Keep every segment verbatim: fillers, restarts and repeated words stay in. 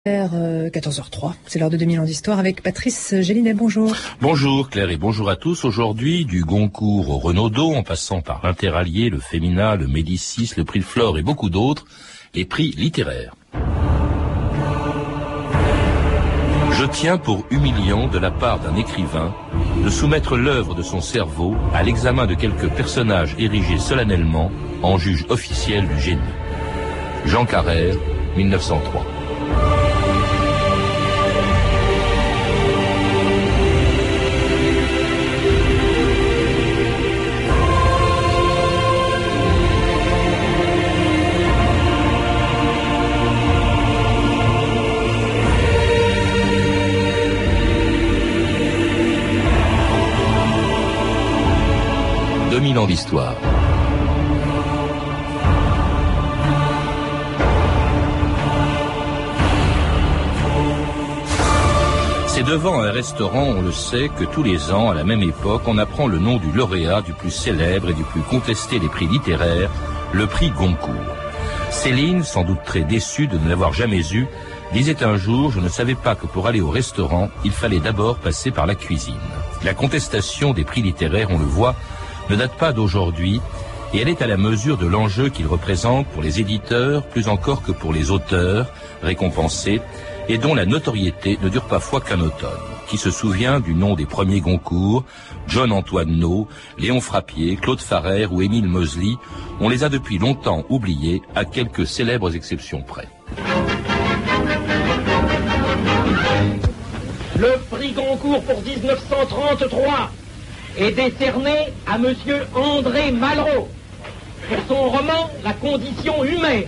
quatorze heures trois, c'est l'heure de deux mille ans d'histoire avec Patrice Gélinet, bonjour. Bonjour Claire et bonjour à tous. Aujourd'hui, du Goncourt au Renaudot, en passant par l'Interallié, le Femina, le Médicis, le prix de Flore et beaucoup d'autres, les prix littéraires. Je tiens pour humiliant de la part d'un écrivain de soumettre l'œuvre de son cerveau à l'examen de quelques personnages érigés solennellement en juge officiel du génie. Jean Carrère, mille neuf cent trois. deux mille ans d'histoire. C'est devant un restaurant, on le sait, que tous les ans, à la même époque, on apprend le nom du lauréat du plus célèbre et du plus contesté des prix littéraires, le prix Goncourt. Céline, sans doute très déçue de ne l'avoir jamais eu, disait un jour « Je ne savais pas que pour aller au restaurant, il fallait d'abord passer par la cuisine ». La contestation des prix littéraires, on le voit, ne date pas d'aujourd'hui, et elle est à la mesure de l'enjeu qu'il représente pour les éditeurs, plus encore que pour les auteurs, récompensés, et dont la notoriété ne dure parfois qu'un automne. Qui se souvient du nom des premiers Goncourt, John-Antoine Naud, Léon Frappier, Claude Farrère ou Émile Moseley, on les a depuis longtemps oubliés, à quelques célèbres exceptions près. Le prix Goncourt pour dix-neuf cent trente-trois est décerné à monsieur André Malraux pour son roman La condition humaine.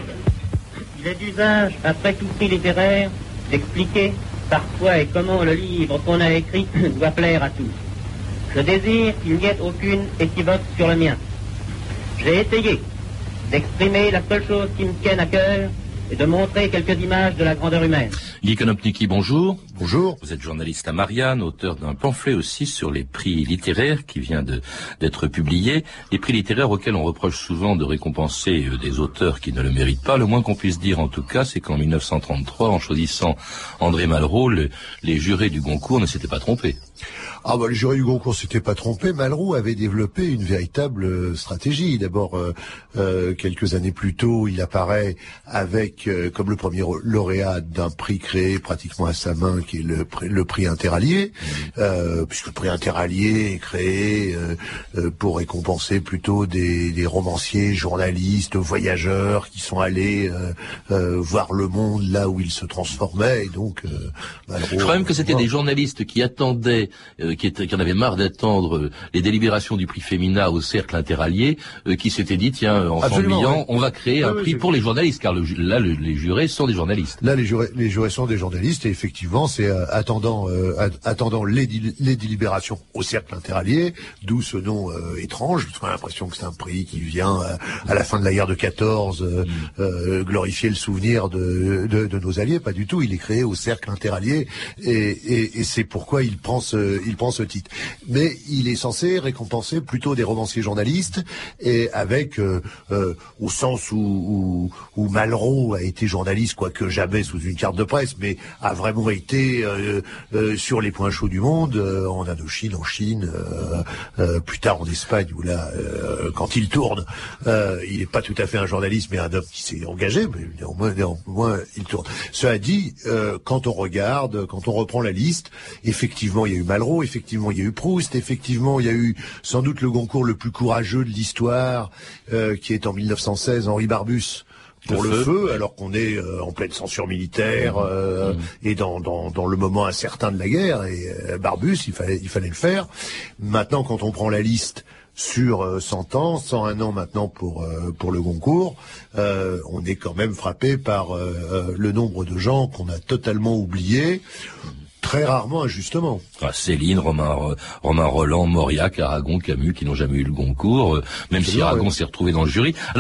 Il est d'usage, après tout prix littéraire, d'expliquer parfois et comment le livre qu'on a écrit doit plaire à tous. Je désire qu'il n'y ait aucune équivoque sur le mien. J'ai essayé d'exprimer la seule chose qui me tienne à cœur et de montrer quelques images de la grandeur humaine. Guy Konopnicki, bonjour. Bonjour. Vous êtes journaliste à Marianne, auteur d'un pamphlet aussi sur les prix littéraires qui vient de d'être publié. Les prix littéraires auxquels on reproche souvent de récompenser des auteurs qui ne le méritent pas. Le moins qu'on puisse dire en tout cas, c'est qu'en mille neuf cent trente-trois, en choisissant André Malraux, le, les jurés du Goncourt ne s'étaient pas trompés. Ah bah, les jurés du Goncourt s'étaient pas trompés. Malraux avait développé une véritable stratégie. D'abord, euh, euh, quelques années plus tôt, il apparaît avec, euh, comme le premier lauréat d'un prix créé pratiquement à sa main, qui est le, le prix Interallié, euh, puisque le prix Interallié est créé euh, euh, pour récompenser plutôt des, des romanciers, journalistes, voyageurs qui sont allés euh, euh, voir le monde là où il se transformait. Et donc, euh, Malraux, je crois même que c'était euh, des journalistes qui attendaient, euh, qui, étaient, qui en avaient marre d'attendre euh, les délibérations du prix Femina au cercle Interallié, euh, qui s'étaient dit, tiens, en s'ennuyant, oui. on va créer oui, un oui, prix pour les journalistes, car le, là, le, les jurés sont des journalistes. Là, les jurés, les jurés sont des journalistes, et effectivement, c'est euh, attendant, euh, attendant les, les délibérations au cercle Interallié, d'où ce nom euh, étrange, parce qu'on a l'impression que c'est un prix qui vient euh, à la fin de la guerre de quatorze euh, mm. euh, glorifier le souvenir de, de, de nos alliés. Pas du tout. Il est créé au cercle Interallié, et, et, et c'est pourquoi il prend ce, il prend ce titre. Mais il est censé récompenser plutôt des romanciers journalistes, et avec, euh, euh, au sens où, où, où Malraux a été journaliste, quoique jamais sous une carte de presse, mais a vraiment été euh, euh, sur les points chauds du monde, euh, en Indochine, en Chine, euh, euh, plus tard en Espagne, où là, euh, quand il tourne, euh, il n'est pas tout à fait un journaliste, mais un homme qui s'est engagé, mais néanmoins, néanmoins il tourne. Cela dit, euh, quand on regarde, quand on reprend la liste, effectivement, il y a eu Malraux, effectivement, il y a eu Proust, effectivement, il y a eu sans doute le Goncourt le plus courageux de l'histoire, euh, qui est en mille neuf cent seize, Henri Barbusse, pour le, le feu, feu, alors qu'on est euh, en pleine censure militaire euh, mmh. et dans, dans, dans le moment incertain de la guerre. Et euh, Barbusse, il fallait, il fallait le faire. Maintenant, quand on prend la liste sur euh, cent ans, cent un ans maintenant pour euh, pour le Goncourt, euh, on est quand même frappé par euh, le nombre de gens qu'on a totalement oubliés. Très rarement, injustement. Ah, Céline, Romain, Romain Roland, Mauriac, Aragon, Camus, qui n'ont jamais eu le Goncourt, euh, même si Aragon ouais. s'est retrouvé dans le jury. Alors,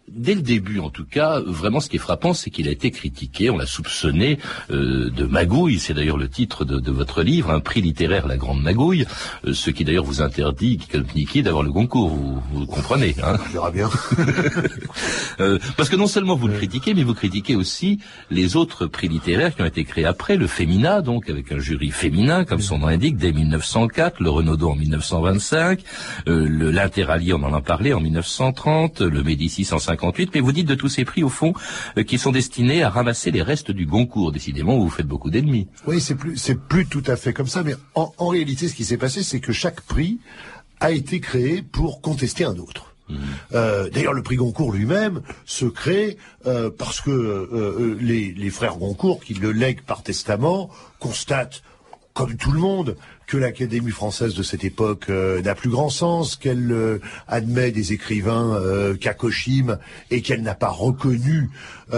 dès le début, en tout cas, vraiment ce qui est frappant, c'est qu'il a été critiqué, on l'a soupçonné euh, de magouille. C'est d'ailleurs le titre de, de votre livre, un prix littéraire, La Grande Magouille, euh, ce qui d'ailleurs vous interdit, Guy d'avoir le Goncourt, vous, vous comprenez, hein. On verra bien. euh, parce que non seulement vous le critiquez, mais vous critiquez aussi les autres prix littéraires qui ont été créés après, le Femina, donc avec un jury féminin, comme son nom l'indique, dès mille neuf cent quatre, le Renaudot en mille neuf cent vingt-cinq, euh, le l'Interallié, on en a parlé, en mille neuf cent trente, le Médicis en cinquante-huit, mais vous dites de tous ces prix, au fond, euh, qui sont destinés à ramasser les restes du Goncourt. Décidément, vous faites beaucoup d'ennemis. Oui, c'est plus, c'est plus tout à fait comme ça, mais en, en réalité, ce qui s'est passé, c'est que chaque prix a été créé pour contester un autre. Mmh. Euh, d'ailleurs, le prix Goncourt lui-même se crée euh, parce que euh, les, les frères Goncourt, qui le lèguent par testament, constatent, comme tout le monde, que l'Académie française de cette époque euh, n'a plus grand sens, qu'elle euh, admet des écrivains euh, Kakoshim et qu'elle n'a pas reconnu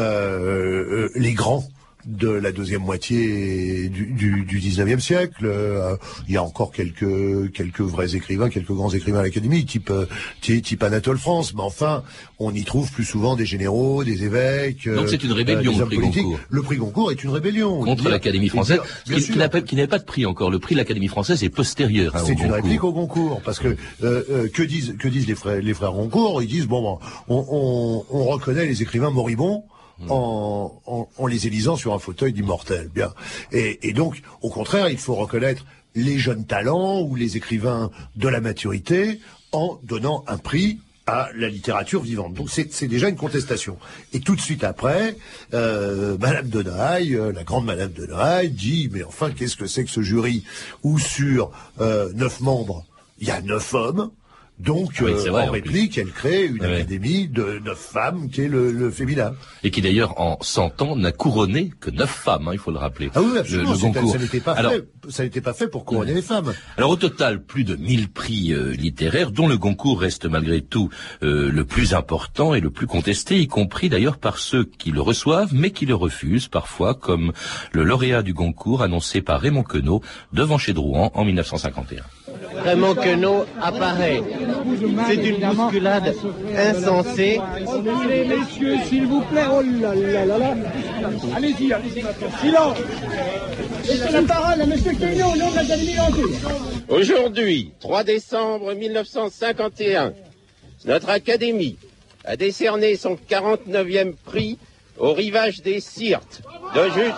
euh, euh, les grands de la deuxième moitié du, du, du dix-neuvième siècle. Euh, il y a encore quelques quelques vrais écrivains, quelques grands écrivains à l'Académie, type euh, type Anatole France, mais enfin, on y trouve plus souvent des généraux, des évêques. Donc euh, c'est une rébellion, euh, le prix politiques. Goncourt. Le prix Goncourt est une rébellion. Contre dire, l'Académie française, dire, qui, qui, n'a pas, qui n'avait pas de prix encore. Le prix de l'Académie française est postérieur hein, au C'est Goncourt. une réplique au Goncourt, parce que euh, euh, que disent que disent les frères les frères Goncourt? Ils disent bon, bon on, on, on reconnaît les écrivains moribonds En, en, en les élisant sur un fauteuil d'immortel. Bien. Et, et donc, au contraire, il faut reconnaître les jeunes talents ou les écrivains de la maturité en donnant un prix à la littérature vivante. Donc c'est, c'est déjà une contestation. Et tout de suite après, euh, Madame de Noailles, euh, la grande Madame de Noailles, dit mais enfin qu'est-ce que c'est que ce jury où sur euh, neuf membres, il y a neuf hommes. Donc, oui, euh, vrai, en en réplique, elle crée une ouais. académie de neuf femmes qui est le, le féminin. Et qui d'ailleurs, en cent ans, n'a couronné que neuf femmes, hein, il faut le rappeler. Ah oui, absolument, le, le Goncourt. Ça n'était pas Alors, fait, ça n'était pas fait pour couronner les femmes. Alors au total, plus de mille prix euh, littéraires, dont le Goncourt reste malgré tout euh, le plus important et le plus contesté, y compris d'ailleurs par ceux qui le reçoivent, mais qui le refusent parfois, comme le lauréat du Goncourt annoncé par Raymond Queneau devant chez Drouin en mille neuf cent cinquante et un. Raymond Queneau apparaît. C'est une bousculade insensée. Messieurs, s'il vous plaît, oh là là là là. Allez-y, allez-y maintenant. Silence. Laissez la parole à monsieur Queneau au nom de l'Académie française. Aujourd'hui, trois décembre mille neuf cent cinquante et un, notre Académie a décerné son quarante-neuvième prix au Rivage des Syrtes de, Ju...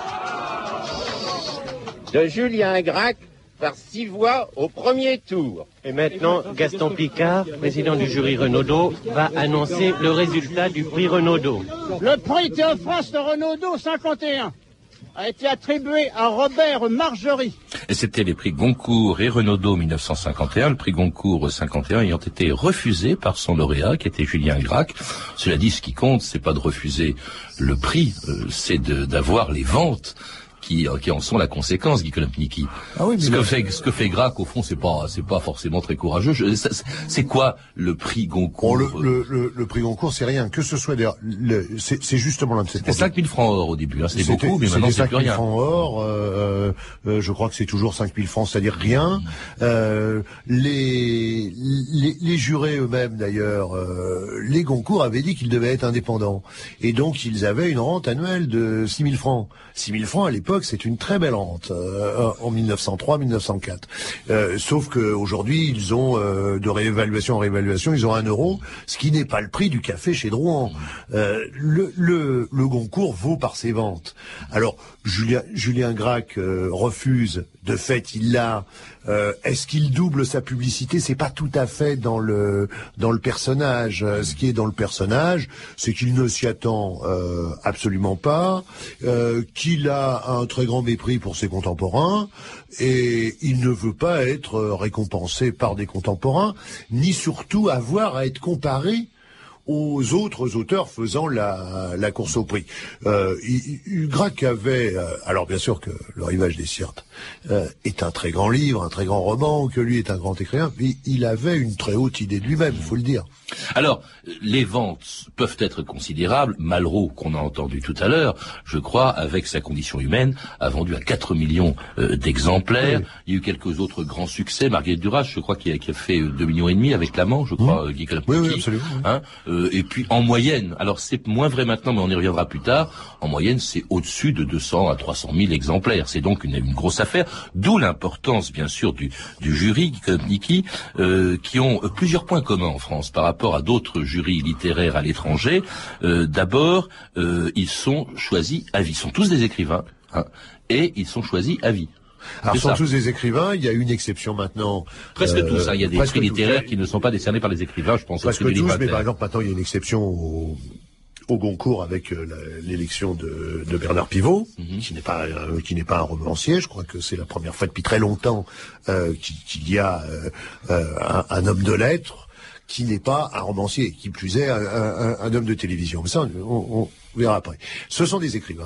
de Julien Gracq par six voix au premier tour. Et maintenant, Gaston Picard, président du jury Renaudot, va annoncer le résultat du prix Renaudot. Le prix Théophraste Renaudot cinquante et un a été attribué à Robert Margerie. Et c'était les prix Goncourt et Renaudot mille neuf cent cinquante et un, le prix Goncourt cinquante et un ayant été refusé par son lauréat, qui était Julien Gracq. Cela dit, ce qui compte, c'est pas de refuser le prix, euh, c'est de, d'avoir les ventes qui, qui en sont la conséquence, Guy Kolopnicki. Ah oui, mais ce, le... que fait, ce que fait Gracq, au fond, c'est pas, c'est pas forcément très courageux. Je, c'est, c'est quoi le prix Goncourt? Bon, le, le, le, le prix Goncourt, c'est rien. Que ce soit d'ailleurs, le, c'est, c'est justement l'un de ces C'était cinq mille francs or au début, hein. C'était, c'était beaucoup, mais maintenant c'est plus rien. cinq mille francs or, euh, euh, je crois que c'est toujours cinq mille francs, c'est-à-dire rien. Mmh. Euh, les, les, les jurés eux-mêmes, d'ailleurs, euh, les Goncourt avaient dit qu'ils devaient être indépendants. Et donc, ils avaient une rente annuelle de six mille francs. six mille francs, à l'époque, c'est une très belle rente, euh, en mille neuf cent trois mille neuf cent quatre. Euh, sauf qu'aujourd'hui, ils ont, euh, de réévaluation en réévaluation, ils ont un euro, ce qui n'est pas le prix du café chez Drouin. Euh, le, le, le Goncourt vaut par ses ventes. Alors, Julien, Julien Gracq euh, refuse, de fait, il l'a. Euh, est-ce qu'il double sa publicité? C'est pas tout à fait dans le dans le personnage. Euh, ce qui est dans le personnage, c'est qu'il ne s'y attend euh, absolument pas, euh, qu'il a un très grand mépris pour ses contemporains, et il ne veut pas être récompensé par des contemporains, ni surtout avoir à être comparé aux autres auteurs faisant la, la course au prix. Euh, Gracq avait, euh, alors bien sûr que Le Rivage des Syrtes euh, est un très grand livre, un très grand roman, que lui est un grand écrivain, mais il avait une très haute idée de lui-même, il faut le dire. Alors, les ventes peuvent être considérables. Malraux, qu'on a entendu tout à l'heure, je crois, avec sa condition humaine, a vendu à quatre millions euh, d'exemplaires. Oui. Il y a eu quelques autres grands succès. Marguerite Duras, je crois, qui a, qui a fait deux millions et demi avec L'Amant, je crois, mmh. Guy Kolopnicki. Oui, oui, absolument. Hein, Euh, et puis en moyenne, alors c'est moins vrai maintenant, mais on y reviendra plus tard. En moyenne, c'est au-dessus de deux cents à trois cent mille exemplaires. C'est donc une, une grosse affaire. D'où l'importance, bien sûr, du, du jury comme Niki, euh, qui ont plusieurs points communs en France par rapport à d'autres jurys littéraires à l'étranger. Euh, d'abord, euh, ils sont choisis à vie. Ils sont tous des écrivains, hein, et ils sont choisis à vie. Alors, ce sont tous des écrivains. Il y a une exception maintenant. Presque euh, tous. Hein. Il y a des prix littéraires qui ne sont pas décernés par les écrivains. Je pense. Presque tous. Mais par exemple, maintenant, il y a une exception au, au Goncourt avec euh, la, l'élection de, de Bernard Pivot, mm-hmm. qui n'est pas euh, qui n'est pas un romancier. Je crois que c'est la première fois depuis très longtemps euh, qu'il y a euh, euh, un, un homme de lettres qui n'est pas un romancier, qui plus est un, un, un homme de télévision. Mais ça, on, on verra après. Ce sont des écrivains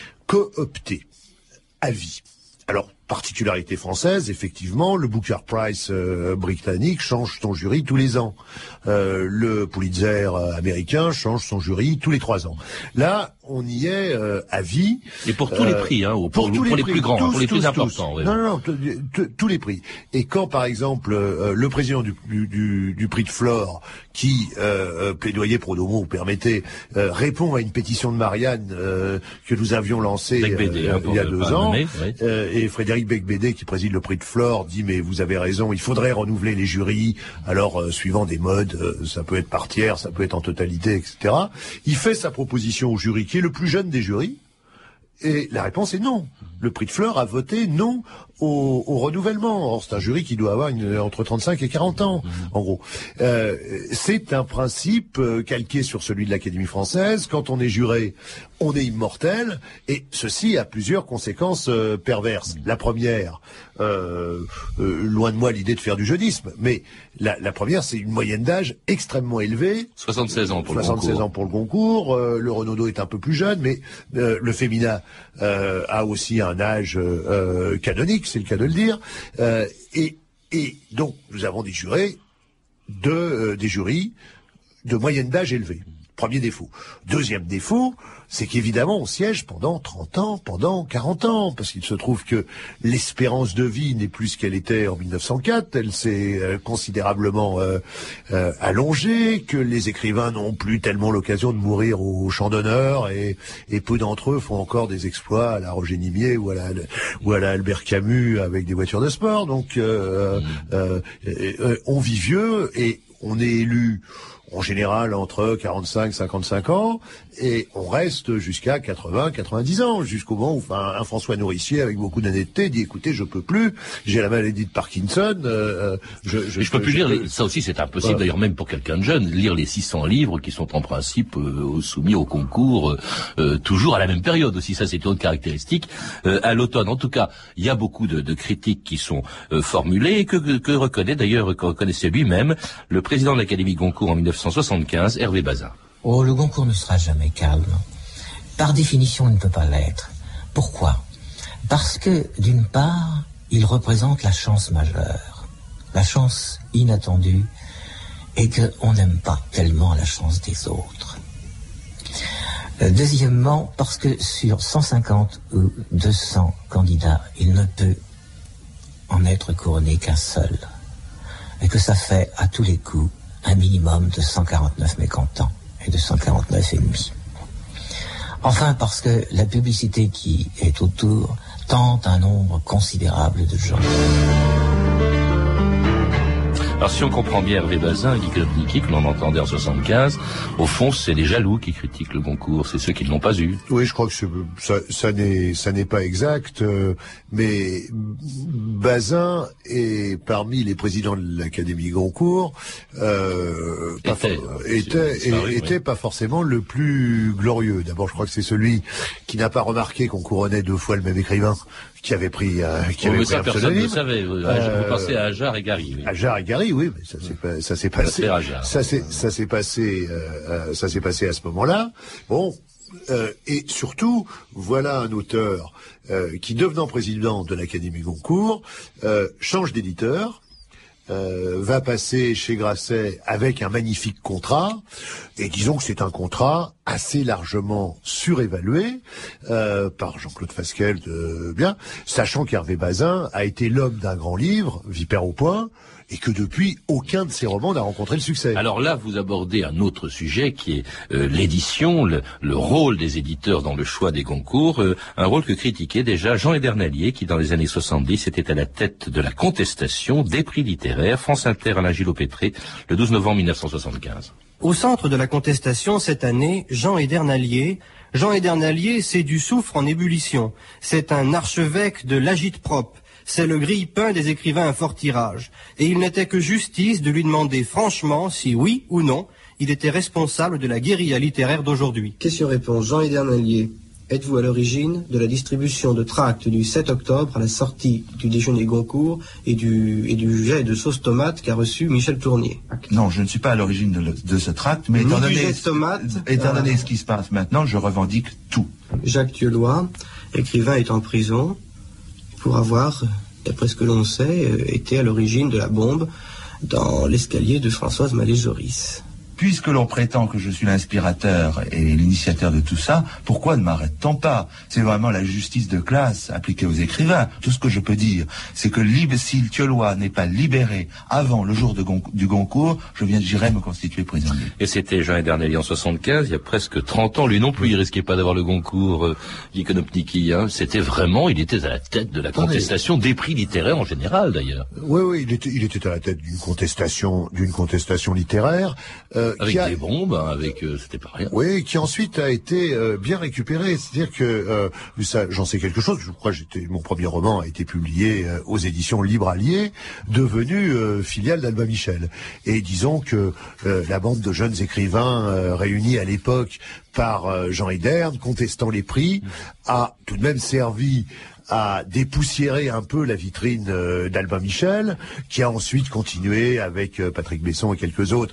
cooptés à vie. Alors, particularité française, effectivement, le Booker Prize euh, britannique change son jury tous les ans. Euh, le Pulitzer euh, américain change son jury tous les trois ans. Là, on y est euh, à vie. Et pour tous euh, les prix, hein, pour, pour, tous pour les, les plus grands, tous, pour les tous, plus tous, importants. Oui. Non, non, non, tous les prix. Et quand, par exemple, euh, le président du, du, du prix de Flore, qui euh, plaidoyait pro domo, vous permettez, euh, répond à une pétition de Marianne euh, que nous avions lancée Becbédé, euh, hein, il y a deux ans, nommer, oui. euh, et Frédéric Becbédé, qui préside le prix de Flore, dit mais vous avez raison, il faudrait renouveler les jurys. Alors, euh, suivant des modes, euh, ça peut être par tiers, ça peut être en totalité, et cetera. Il fait sa proposition au jury, qui est le plus jeune des jurys, et la réponse est non. Le prix de Flore a voté non au, au renouvellement. Or, c'est un jury qui doit avoir une, entre trente-cinq et quarante ans, mmh. en gros. Euh, c'est un principe euh, calqué sur celui de l'Académie française. Quand on est juré, on est immortel, et ceci a plusieurs conséquences euh, perverses. Mmh. La première, euh, euh, loin de moi l'idée de faire du jeunisme, mais la, la première, c'est une moyenne d'âge extrêmement élevée. soixante-seize ans pour le Goncourt. soixante-seize ans pour le Goncourt. Euh, le Renaudot est un peu plus jeune, mais euh, le féminin euh, a aussi un âge euh, canonique, c'est le cas de le dire. Euh, et, et donc, nous avons des jurés, de, euh, des jurys de moyenne d'âge élevée. Premier défaut. Deuxième défaut, c'est qu'évidemment, on siège pendant trente ans, pendant quarante ans, parce qu'il se trouve que l'espérance de vie n'est plus ce qu'elle était en mille neuf cent quatre, elle s'est euh, considérablement euh, euh, allongée, que les écrivains n'ont plus tellement l'occasion de mourir au champ d'honneur, et, et peu d'entre eux font encore des exploits à la Roger Nimier ou à la, ou à la Albert Camus avec des voitures de sport. Donc, euh, euh, euh, on vit vieux, et on est élu en général entre quarante-cinq et cinquante-cinq ans, et on reste jusqu'à quatre-vingts, quatre-vingt-dix ans, jusqu'au moment où enfin, un François Nourricier, avec beaucoup d'honnêteté, dit écoutez, je peux plus, j'ai la maladie de Parkinson, euh, je, je, je, je peux plus je lire, peux... Les... ça aussi c'est impossible, voilà. D'ailleurs même pour quelqu'un de jeune, lire les six cents livres qui sont en principe euh, soumis au concours, euh, euh, toujours à la même période aussi, ça c'est une autre caractéristique, euh, à l'automne. En tout cas, il y a beaucoup de, de critiques qui sont euh, formulées, et que, que, que reconnaît d'ailleurs, que reconnaissait lui-même le président de l'Académie Goncourt en mille neuf cent soixante-quinze, Hervé Bazin. Oh, le Goncourt ne sera jamais calme. Par définition, il ne peut pas l'être. Pourquoi ? Parce que, d'une part, il représente la chance majeure, la chance inattendue, et qu'on n'aime pas tellement la chance des autres. Euh, deuxièmement, parce que sur cent cinquante ou deux cents candidats, il ne peut en être couronné qu'un seul, et que ça fait, à tous les coups, un minimum de cent quarante-neuf mécontents et de cent quarante-neuf ennemis. Enfin, parce que la publicité qui est autour tente un nombre considérable de gens. Alors si on comprend bien Hervé Bazin, Guy Knopnicki, que l'on entendait en soixante-quinze, au fond c'est les jaloux qui critiquent le Goncourt, c'est ceux qui ne l'ont pas eu. Oui, je crois que c'est, ça, ça n'est, ça n'est pas exact, euh, mais Bazin est parmi les présidents de l'Académie Goncourt, euh, pas était, for- était, disparu, était oui. pas forcément le plus glorieux. D'abord, je crois que c'est celui qui n'a pas remarqué qu'on couronnait deux fois le même écrivain, qui avait pris, euh, qui oh, avait mais pris ça, un personne pseudonyme. ne savait. Euh, Vous pensez à Ajar et Gary. Oui. Ajar et Gary, oui, mais ça s'est pas, ça s'est passé. Ça, ça s'est, ça s'est passé, euh, ça s'est passé à ce moment-là. Bon, euh, et surtout, voilà un auteur euh, qui, devenant président de l'Académie Goncourt, euh, change d'éditeur. Euh, va passer chez Grasset avec un magnifique contrat, et disons que c'est un contrat assez largement surévalué euh, par Jean-Claude Fasquelle, de bien, sachant qu'Hervé Bazin a été l'homme d'un grand livre, Vipère au point, et que depuis, aucun de ces romans n'a rencontré le succès. Alors là, vous abordez un autre sujet qui est euh, l'édition, le, le rôle des éditeurs dans le choix des concours, euh, un rôle que critiquait déjà Jean Edernalier, qui dans les années soixante-dix était à la tête de la contestation des prix littéraires. France Inter, Alain Gillot-Pétré, le douze novembre mille neuf cent soixante-quinze. Au centre de la contestation cette année, Jean Edernalier. Jean Edernalier, c'est du soufre en ébullition. C'est un archevêque de l'agite-propre. C'est le grille-pain des écrivains à fort tirage. Et il n'était que justice de lui demander franchement si oui ou non il était responsable de la guérilla littéraire d'aujourd'hui. Question-réponse. Jean Edernalier. Êtes-vous à l'origine de la distribution de tracts du sept octobre à la sortie du déjeuner Goncourt et du, et du jet de sauce tomate qu'a reçu Michel Tournier? Non, je ne suis pas à l'origine de, le, de ce tract, mais Ni étant du donné, jet de tomate, étant donné euh, ce qui se passe maintenant, je revendique tout. Jacques Thieulois, écrivain, est en prison pour avoir, d'après ce que l'on sait, été à l'origine de la bombe dans l'escalier de Françoise Mallet-Joris. Puisque l'on prétend que je suis l'inspirateur et l'initiateur de tout ça, pourquoi ne m'arrête-t-on pas? C'est vraiment la justice de classe appliquée aux écrivains. Tout ce que je peux dire, c'est que si le Thieulois n'est pas libéré avant le jour de Gon- du Goncourt, je viens j'irai me constituer prisonnier. Et c'était Jean Edernalier en soixante-quinze, il y a presque trente ans. Lui non plus, il risquait pas d'avoir le Goncourt, euh, Gikonopniki, hein. C'était vraiment, il était à la tête de la contestation des prix littéraires en général, d'ailleurs. Oui, oui, il était, il était à la tête d'une contestation, d'une contestation littéraire. Euh, avec a, des bombes, hein, avec euh, c'était pas rien. Oui, qui ensuite a été euh, bien récupéré. C'est-à-dire que euh, ça, j'en sais quelque chose. Je crois que j'étais, mon premier roman a été publié euh, aux éditions Libre Allié, devenu euh, filiale d'Albin Michel. Et disons que euh, la bande de jeunes écrivains euh, réunis à l'époque par euh, Jean Edern, contestant les prix, a tout de même servi à dépoussiérer un peu la vitrine euh, d'Albin Michel, qui a ensuite continué avec euh, Patrick Besson et quelques autres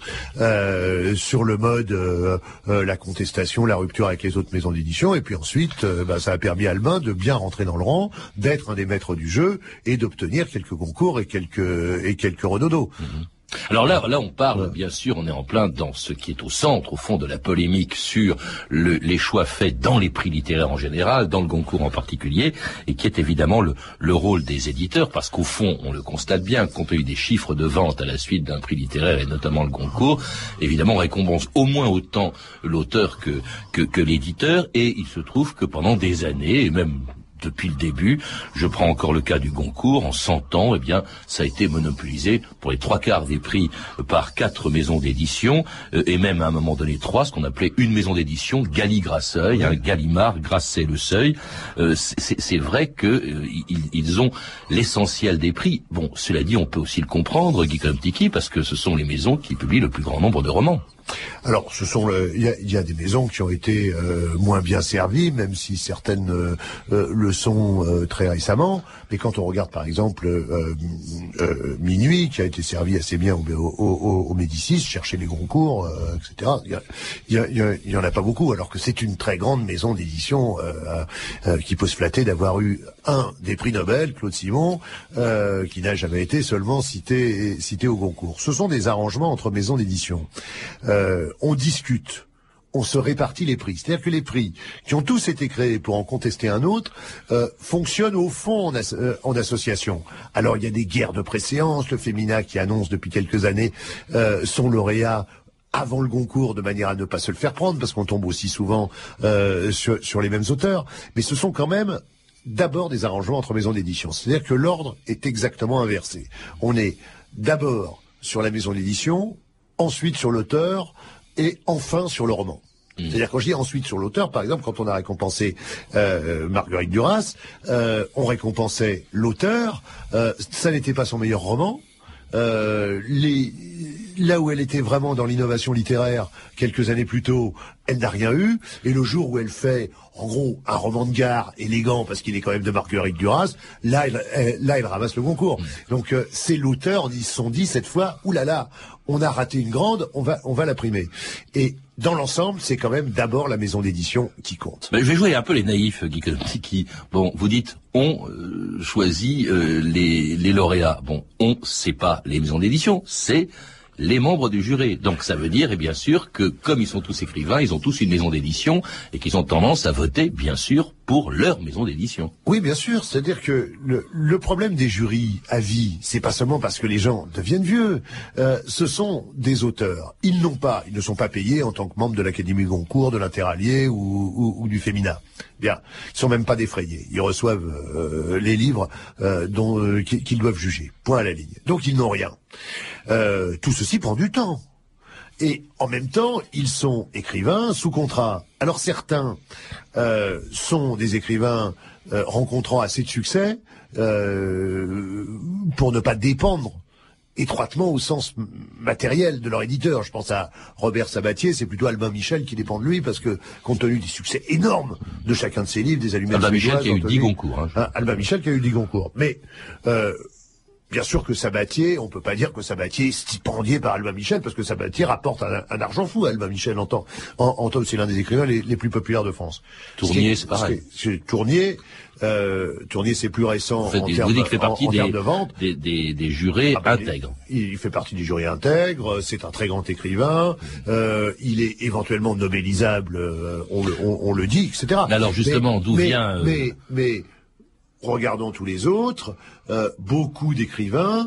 euh, sur le mode euh, euh, la contestation, la rupture avec les autres maisons d'édition, et puis ensuite euh, bah, ça a permis à Albin de bien rentrer dans le rang, d'être un des maîtres du jeu et d'obtenir quelques concours et quelques et quelques redodos. Mmh. Alors là, là, on parle, bien sûr, on est en plein dans ce qui est au centre, au fond, de la polémique sur le, les choix faits dans les prix littéraires en général, dans le Goncourt en particulier, et qui est évidemment le, le rôle des éditeurs, parce qu'au fond, on le constate bien, compte tenu des chiffres de vente à la suite d'un prix littéraire, et notamment le Goncourt, évidemment, on récompense au moins autant l'auteur que, que, que l'éditeur, et il se trouve que pendant des années, et même depuis le début, je prends encore le cas du Goncourt, en cent ans, eh bien, ça a été monopolisé pour les trois quarts des prix par quatre maisons d'édition, euh, et même à un moment donné trois, ce qu'on appelait une maison d'édition, Galli-Grasseuil, oui. hein, Gallimard, Grasset, Le Seuil. Euh, c'est, c'est vrai que euh, ils, ils ont l'essentiel des prix. Bon, cela dit, on peut aussi le comprendre, Guy Konoptiki, parce que ce sont les maisons qui publient le plus grand nombre de romans. Alors, ce sont il y a, y a des maisons qui ont été euh, moins bien servies, même si certaines euh, euh, le sont euh, très récemment. Mais quand on regarde, par exemple, euh, euh, Minuit, qui a été servi assez bien au, au, au, au Médicis, chercher les Goncourt, euh, et cetera. Il y, a, y, a, y, a, y en a pas beaucoup, alors que c'est une très grande maison d'édition euh, euh, qui peut se flatter d'avoir eu un des prix Nobel, Claude Simon, euh, qui n'a jamais été seulement cité cité au Goncourt. Ce sont des arrangements entre maisons d'édition. Euh, on discute, on se répartit les prix. C'est-à-dire que les prix, qui ont tous été créés pour en contester un autre, euh, fonctionnent au fond en, as- euh, en association. Alors il y a des guerres de préséance, le Femina qui annonce depuis quelques années euh, son lauréat avant le Goncourt, de manière à ne pas se le faire prendre, parce qu'on tombe aussi souvent euh, sur, sur les mêmes auteurs. Mais ce sont quand même d'abord des arrangements entre maisons d'édition. C'est-à-dire que l'ordre est exactement inversé. On est d'abord sur la maison d'édition, ensuite sur l'auteur, et enfin sur le roman. Mmh. C'est-à-dire quand je dis ensuite sur l'auteur, par exemple, quand on a récompensé euh, Marguerite Duras, euh, on récompensait l'auteur, euh, ça n'était pas son meilleur roman. Euh, les, là où elle était vraiment dans l'innovation littéraire quelques années plus tôt, elle n'a rien eu. Et le jour où elle fait, en gros, un roman de gare élégant, parce qu'il est quand même de Marguerite Duras, là, elle, elle, là, elle ramasse le Goncourt. Mmh. Donc, euh, c'est l'auteur, ils se sont dit cette fois, oulala, on a raté une grande, on va, on va la primer. Et dans l'ensemble, c'est quand même d'abord la maison d'édition qui compte. Ben, je vais jouer un peu les naïfs, Guy Konoptiki. Bon, vous dites, on euh, choisit euh, les, les lauréats. Bon, on, c'est pas les maisons d'édition, c'est les membres du jury. Donc ça veut dire, et bien sûr, que comme ils sont tous écrivains, ils ont tous une maison d'édition et qu'ils ont tendance à voter, bien sûr, pour leur maison d'édition. Oui, bien sûr. C'est-à-dire que le, le problème des jurys à vie, c'est pas seulement parce que les gens deviennent vieux. Euh, ce sont des auteurs. Ils n'ont pas, ils ne sont pas payés en tant que membres de l'Académie Goncourt, de l'Interallié ou, ou, ou du Féminin. Bien, ils sont même pas défrayés. Ils reçoivent euh, les livres euh, dont euh, qu'ils doivent juger. Point à la ligne. Donc ils n'ont rien. Euh, tout ceci prend du temps. Et en même temps, ils sont écrivains sous contrat. Alors certains euh, sont des écrivains euh, rencontrant assez de succès euh, pour ne pas dépendre étroitement au sens matériel de leur éditeur. Je pense à Robert Sabatier, c'est plutôt Albin Michel qui dépend de lui, parce que compte tenu des succès énormes de chacun de ses livres, des Allumettes Albin Michel qui a eu Anthony, dix Goncourt. Hein, hein, Albin Michel qui a eu dix Goncourt. Mais... Euh, bien sûr que Sabatier, on peut pas dire que Sabatier est stipendié par Albin Michel, parce que Sabatier rapporte un, un argent fou à Albin Michel en temps. En, en temps, c'est l'un des écrivains les, les plus populaires de France. Tournier, c'est pareil. C'est, Tournier, euh, Tournier, c'est plus récent en, fait, en termes de, de vente. Des, des, des jurés ah ben, intègres. Il, il fait partie des jurés intègres. C'est un très grand écrivain. Euh, il est éventuellement nobélisable. Euh, on, le, on, on le dit, et cetera. Mais alors justement, d'où mais, vient euh... mais, mais regardons tous les autres. Euh, beaucoup d'écrivains,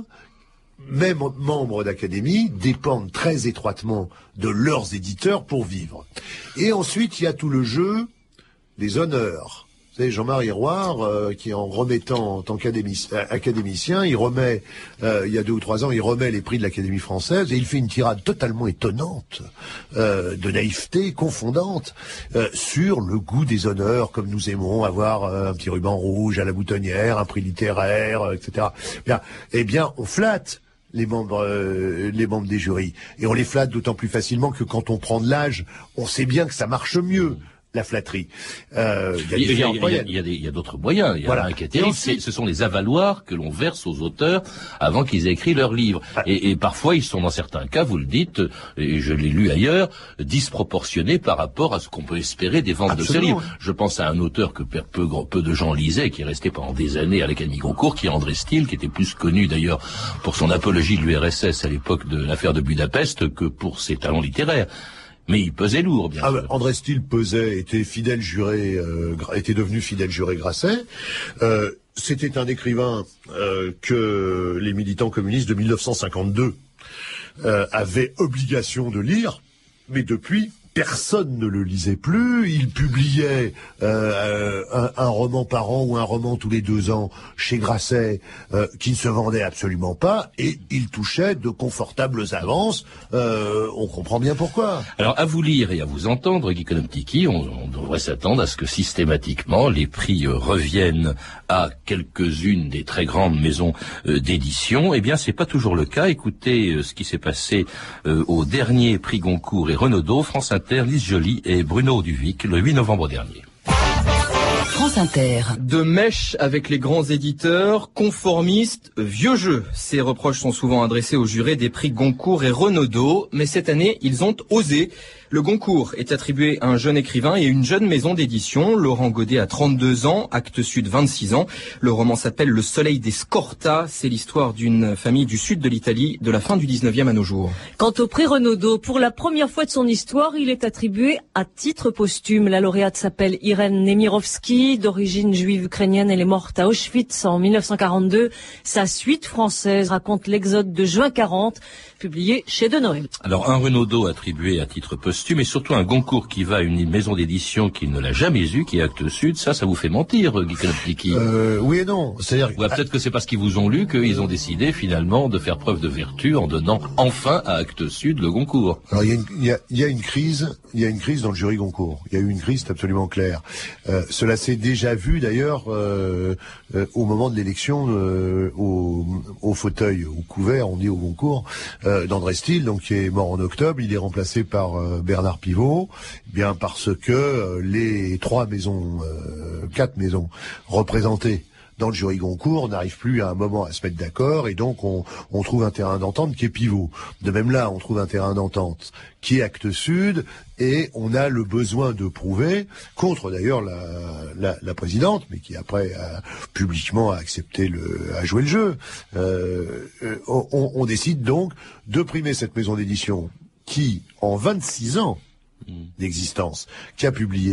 même membres d'académie, dépendent très étroitement de leurs éditeurs pour vivre. Et ensuite, il y a tout le jeu des honneurs. Vous savez, Jean-Marie Roire, euh, qui en remettant en tant qu'académicien, il remet, euh, il y a deux ou trois ans, il remet les prix de l'Académie française et il fait une tirade totalement étonnante, euh, de naïveté confondante, euh, sur le goût des honneurs, comme nous aimons avoir euh, un petit ruban rouge à la boutonnière, un prix littéraire, euh, et cetera. Bien, eh bien, on flatte les membres, euh, les membres des jurys. Et on les flatte d'autant plus facilement que quand on prend de l'âge, on sait bien que ça marche mieux. La flatterie. Euh, il y a, il y a, il y a, il y a, des, il y a d'autres moyens. Il y a voilà. un qui est terrible, c'est, ce sont les avaloirs que l'on verse aux auteurs avant qu'ils aient écrit leur livre. Ah. Et, et parfois, ils sont dans certains cas, vous le dites, et je l'ai lu ailleurs, disproportionnés par rapport à ce qu'on peut espérer des ventes Absolument. de ces livres. Je pense à un auteur que peu, peu, peu de gens lisaient, qui est resté pendant des années à l'Académie Goncourt, qui est André Stille, qui était plus connu d'ailleurs pour son apologie de l'U R S S à l'époque de l'affaire de Budapest que pour ses talents littéraires. Mais il pesait lourd, bien ah sûr. Ben, André Stille pesait, était fidèle juré, euh, était devenu fidèle juré Grasset. Euh, c'était un écrivain euh, que les militants communistes de mille neuf cent cinquante-deux euh, avaient obligation de lire, mais depuis, personne ne le lisait plus. Il publiait euh, un, un roman par an ou un roman tous les deux ans chez Grasset euh, qui ne se vendait absolument pas et il touchait de confortables avances. Euh, on comprend bien pourquoi. Alors à vous lire et à vous entendre, Guy Konoptiki, on, on devrait s'attendre à ce que systématiquement les prix euh, reviennent à quelques-unes des très grandes maisons euh, d'édition. Eh bien, c'est pas toujours le cas. Écoutez euh, ce qui s'est passé euh, au dernier prix Goncourt et Renaudot, France Inter. Lise Joly et Bruno Duvic le huit novembre dernier. France Inter. De mèche avec les grands éditeurs, conformistes, vieux jeu. Ces reproches sont souvent adressés aux jurés des prix Goncourt et Renaudot, mais cette année, ils ont osé. Le Goncourt est attribué à un jeune écrivain et une jeune maison d'édition. Laurent Godet a trente-deux ans, Actes Sud vingt-six ans. Le roman s'appelle Le Soleil des Scorta. C'est l'histoire d'une famille du sud de l'Italie de la fin du dix-neuvième à nos jours. Quant au prix Renaudot, pour la première fois de son histoire, il est attribué à titre posthume. La lauréate s'appelle Irène Nemirovsky, d'origine juive ukrainienne. Elle est morte à Auschwitz en mille neuf cent quarante-deux. Sa suite française raconte l'exode de juin quarante, publié chez De Noël. Alors un Renaudot attribué à titre posthume, mais surtout un Goncourt qui va à une maison d'édition qui ne l'a jamais eu, qui est Actes Sud, ça, ça vous fait mentir, Guy Konoptiki. Euh, oui et non. C'est-à-dire... Ouais, peut-être que c'est parce qu'ils vous ont lu qu'ils ont décidé finalement de faire preuve de vertu en donnant enfin à Actes Sud le Goncourt. Alors il y a une, il y a, il y a une crise, il y a une crise dans le jury Goncourt. Il y a eu une crise, c'est absolument clair. Euh, cela s'est déjà vu d'ailleurs euh, euh, au moment de l'élection euh, au, au fauteuil, au couvert, on dit au Goncourt, euh, d'André Stille, donc qui est mort en octobre. Il est remplacé par euh, Bernard Pivot, bien parce que euh, les trois maisons, euh, quatre maisons représentées dans le jury Goncourt n'arrivent plus à un moment à se mettre d'accord et donc on, on trouve un terrain d'entente qui est Pivot. De même là, on trouve un terrain d'entente qui est Actes Sud et on a le besoin de prouver, contre d'ailleurs la, la, la présidente, mais qui après a publiquement accepté le, à jouer le jeu. Euh, on, on décide donc de primer cette maison d'édition qui, en vingt-six ans d'existence, qui a publié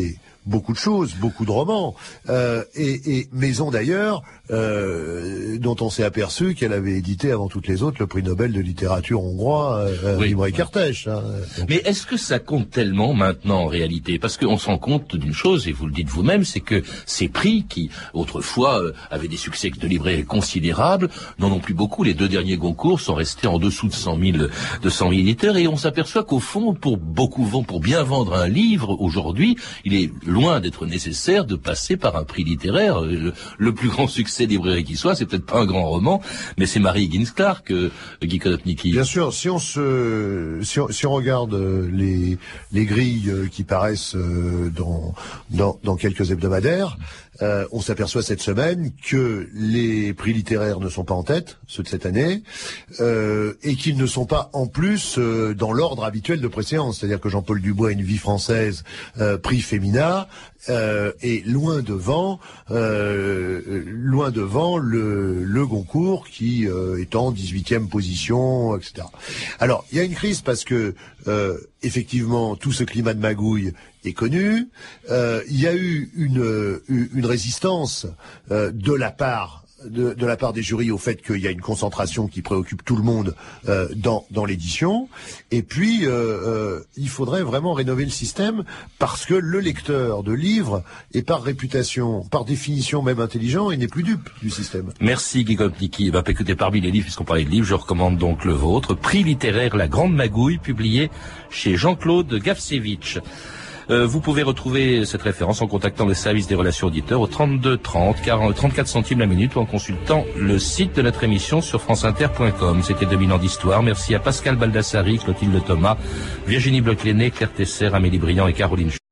beaucoup de choses, beaucoup de romans, euh, et, et Maison d'ailleurs, euh, dont on s'est aperçu qu'elle avait édité avant toutes les autres le prix Nobel de littérature hongrois, euh, oui. Imre Kertész. Hein. Mais est-ce que ça compte tellement maintenant en réalité? Parce qu'on se rend compte d'une chose, et vous le dites vous-même, c'est que ces prix qui autrefois euh, avaient des succès de librairie considérables n'en ont plus beaucoup. Les deux derniers Goncourt sont restés en dessous de cent mille éditeurs, et on s'aperçoit qu'au fond, pour beaucoup, pour bien vendre un livre aujourd'hui, il est loin d'être nécessaire de passer par un prix littéraire. Le, le plus grand succès de librairie qui soit, c'est peut-être pas un grand roman, mais c'est Mary Higgins Clark, euh, Guy Konopnicki. Bien sûr, si on se, si on, si on regarde les les grilles qui paraissent dans dans, dans quelques hebdomadaires, euh, on s'aperçoit cette semaine que les prix littéraires ne sont pas en tête, ceux de cette année, euh, et qu'ils ne sont pas en plus euh, dans l'ordre habituel de préséance. C'est-à-dire que Jean-Paul Dubois, Une vie française, euh, prix Femina, euh, est loin devant, euh, loin devant le, le Goncourt qui euh, est en dix-huitième position, et cetera. Alors, il y a une crise parce que euh, effectivement, tout ce climat de magouille est connu. Euh, il y a eu une, une résistance euh, de la part de, de la part des jurys au fait qu'il y a une concentration qui préoccupe tout le monde euh, dans, dans l'édition. Et puis, euh, euh, il faudrait vraiment rénover le système parce que le lecteur de livres est par réputation, par définition même intelligent et n'est plus dupe du système. Merci Guy Konopnicki. Bah, écoutez, parmi les livres, puisqu'on parlait de livres, je recommande donc le vôtre, Prix littéraire La Grande Magouille, publié chez Jean-Claude Gavsevitch. Euh, vous pouvez retrouver cette référence en contactant le service des relations auditeurs au trente-deux trente, trente-quatre centimes la minute, ou en consultant le site de notre émission sur franceinter point com. C'était deux mille ans d'histoire. Merci à Pascal Baldassari, Clotilde Thomas, Virginie Bloch-Lenné, Claire Tesser, Amélie Briand et Caroline